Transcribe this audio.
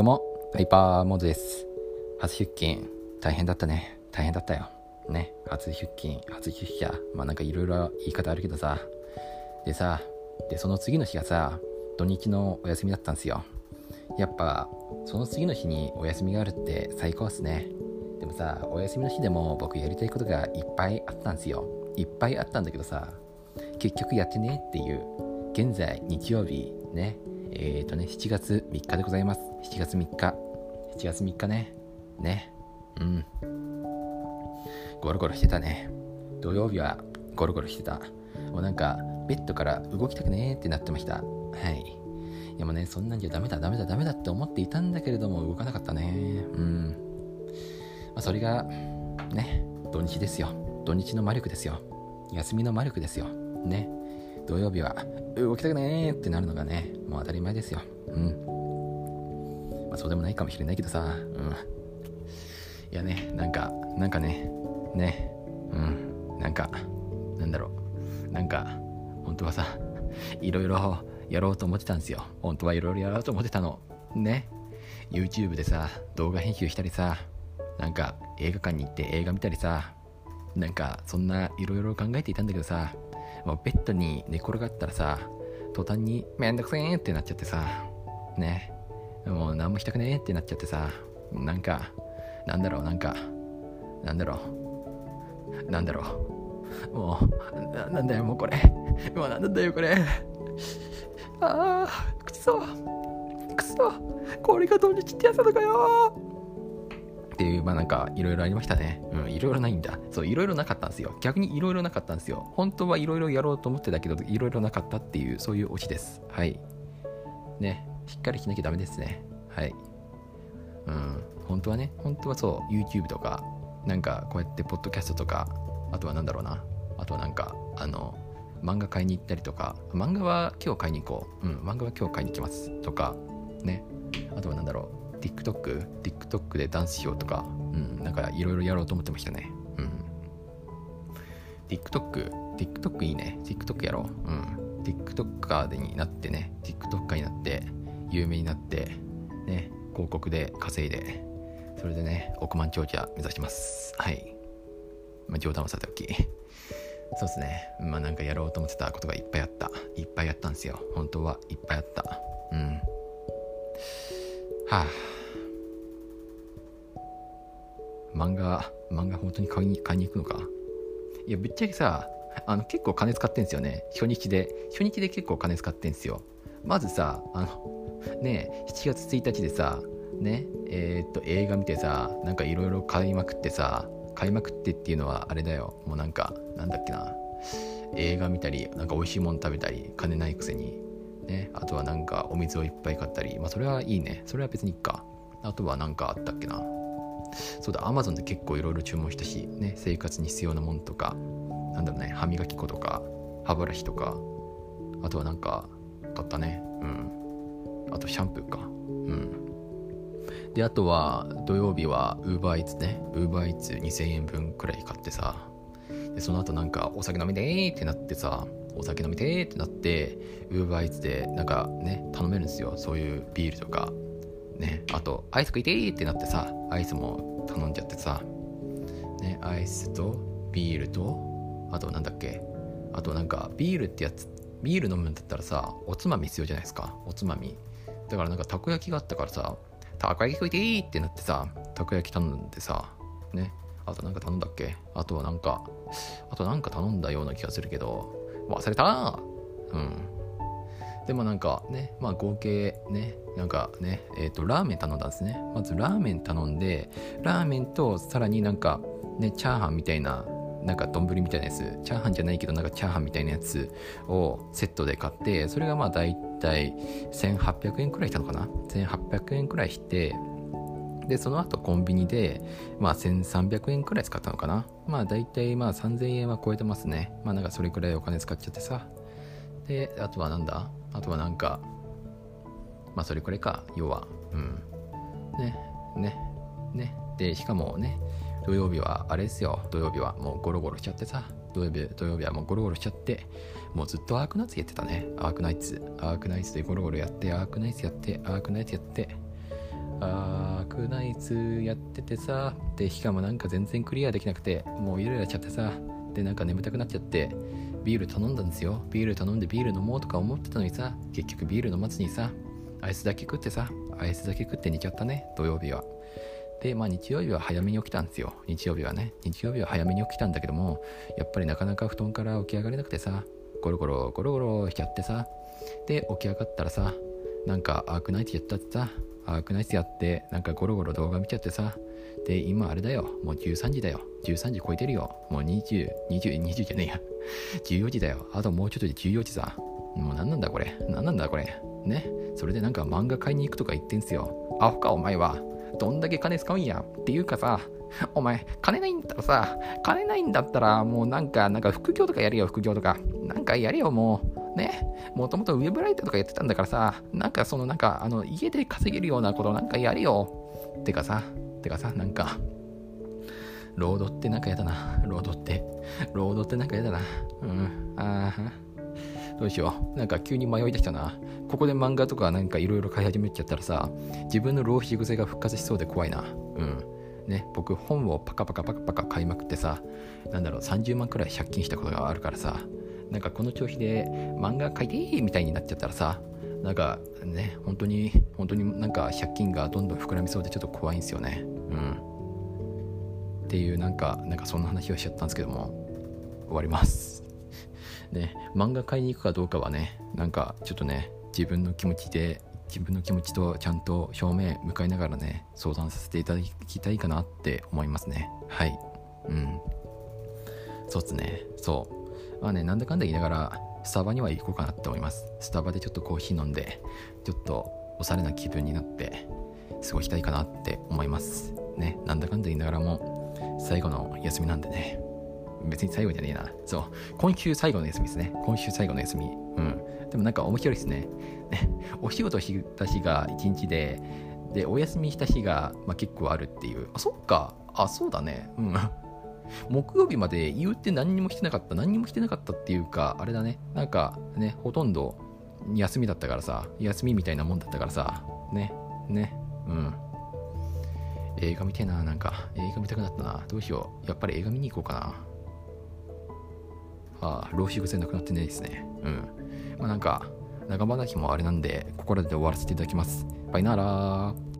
もハイパーモードです。初出勤大変だったよね。初出社、なんかいろいろ言い方あるけどさ、でその次の日がさ、土日のお休みだったんですよ。やっぱその次の日にお休みがあるって最高っすね。でもさ、お休みの日でも僕やりたいことがいっぱいあったんですよ。いっぱいあったんだけどさ、結局やってねっていう。現在日曜日ね、7月3日でございます。7月3日ね。ゴロゴロしてたね。土曜日はゴロゴロしてた。もうなんかベッドから動きたくねーってなってました。はい。でもね、そんなんじゃダメだって思っていたんだけれども動かなかったね。それがね、土日ですよ。土日の魔力ですよ。休みの魔力ですよ。ね。土曜日は動きたくねーってなるのがね、もう当たり前ですよ。そうでもないかもしれないけどさ、いやね、なんか本当はさ、いろいろやろうと思ってたんですよ。本当はいろいろやろうと思ってたのね。 YouTube でさ、動画編集したりさ、なんか映画館に行って映画見たりさ、なんかそんないろいろ考えていたんだけどさ、もうベッドに寝転がったらさ、途端にめんどくせーってなっちゃってさね、もう何もしたくねーってなっちゃってさ、なんだろうもうなんだよもうこれもうなんだよこれ、くそこれが土日ってやつなのかよっていう、なんかいろいろありましたね。いろいろないんだ。そう、いろいろなかったんですよ。逆にいろいろなかったんですよ。本当はいろいろやろうと思ってたけど、いろいろなかったっていう、そういうオチです。はい。ね、しっかりしなきゃダメですね。はい。本当はそう、YouTube とか、なんかこうやってポッドキャストとか、あとはなんか漫画買いに行ったりとか、漫画は今日買いに行こう。漫画は今日買いに行きますとかね。あとはTikTok でダンスしようとか、なんかいろいろやろうと思ってましたね。TikTok いいね。TikTok やろう。TikToker になってね、TikToker になって有名になってね、広告で稼いで、それでね、億万長者目指します。はい。冗談はさておき。そうですね。なんかやろうと思ってたことがいっぱいあったんですよ。本当はいっぱいあった。漫画本当に買いに行くのか。いや、ぶっちゃけさ、結構金使ってんすよね。初日で結構金使ってんすよ。まずさ、7月1日でさね、映画見てさ、なんかいろいろ買いまくってっていうのはあれだよ。もうなんだっけな、映画見たり、なんか美味しいもの食べたり、金ないくせにね、あとはなんかお水をいっぱい買ったり、それはいいね。それは別にいいか。あとはなんかあったっけな。そうだ、Amazon で結構いろいろ注文したしね、生活に必要なものとか、歯磨き粉とか歯ブラシとか、あとはなんか買ったね。あとシャンプーか。で、あとは土曜日は Uber Eats 2000円分くらい買ってさ、でその後なんかお酒飲みてーってなって Uber Eats でなんかね、頼めるんですよ。そういうビールとかね、あとアイス食いてーってなってさ、アイスも頼んじゃってさね、アイスとビールと、あとなんだっけ、あとなんかビールってやつ、ビール飲むんだったらさ、おつまみ必要じゃないですか。おつまみだからなんかたこ焼きがあったからさ、たこ焼き食いてーってなってさ、たこ焼き頼んでさね、あとなんか頼んだっけ、あとなんか頼んだような気がするけど忘れたな。でもなんかね、合計ね、なんかね、ラーメン頼んだんですね。まずラーメン頼んで、ラーメンとさらになんかね、チャーハンみたいな、なんか丼みたいなやつ、チャーハンじゃないけどなんかチャーハンみたいなやつをセットで買って、それがだいたい1800円くらいしたのかな。1800円くらいして、でその後コンビニで1300円くらい使ったのかな。だいたい3000円は超えてますね。なんかそれくらいお金使っちゃってさ。で、あとはなんかそれくらいか、要は。で、しかもね、土曜日はあれですよ。土曜日はもうゴロゴロしちゃってさ、土曜日はもうゴロゴロしちゃって、もうずっとアークナイツやってたね。アークナイツでゴロゴロやって、アークナイツやって、 アークナイツやっててさ、でしかもなんか全然クリアできなくて、もうイライラしちゃってさ、でなんか眠たくなっちゃってビール頼んだんですよ。ビール頼んでビール飲もうとか思ってたのにさ、結局ビール飲まずにさ、アイスだけ食って寝ちゃったね、土曜日は。で日曜日は早めに起きたんですよ。日曜日は早めに起きたんだけども、やっぱりなかなか布団から起き上がれなくてさ、ゴロゴロしちゃってさ、で起き上がったらさ、なんかアークナイツやったってさ、アークナイツやってなんかゴロゴロ動画見ちゃってさ、で今あれだよ、もう13時だよ、13時超えてるよ、もう20じゃねえや14時だよ、あともうちょっとで14時さ、もうなんなんだこれね。それでなんか漫画買いに行くとか言ってんすよ。アホかお前は、どんだけ金使うんやっていうかさ、お前金ないんだったらもうなんか副業とかやれよ、なんかやれよ、もうね。もともとウェブライターとかやってたんだからさ、家で稼げるようなことなんかやれよ。てかさなんかロードってなんかやだな。ロードってなんかやだな。どうしよう。なんか急に迷い出したな。ここで漫画とかなんかいろいろ買い始めちゃったらさ、自分の浪費癖が復活しそうで怖いな。ね、僕本をパカパカ買いまくってさ、30万くらい借金したことがあるからさ、なんかこの調子で漫画買いてーみたいになっちゃったらさ、なんかね、本当になんか借金がどんどん膨らみそうでちょっと怖いんですよね。っていうなんかそんな話をしちゃったんですけども、終わりますね。漫画買いに行くかどうかはね、なんかちょっとね、自分の気持ちとちゃんと正面向かいながらね、相談させていただきたいかなって思いますね。はい。そうっすね。なんだかんだ言いながらスタバには行こうかなって思います。スタバでちょっとコーヒー飲んで、ちょっとおしゃれな気分になって過ごしたいかなって思いますね。なんだかんだ言いながらも最後の休みなんでね。別に最後じゃねえな。今週最後の休みですね。でもなんか面白いですね。お仕事した日が1日で、お休みした日が、結構あるっていう。そうだね。木曜日まで言うて何にもしてなかったっていうか、あれだね。なんかね、ほとんど休みだったからさ、休みみたいなもんだったからさ、映画見てえな。なんか映画見たくなったな。どうしよう。やっぱり映画見に行こうかな。浪費癖なくなってねえですね。なんか長話もあれなんで、ここらで終わらせていただきます。バイナーラー。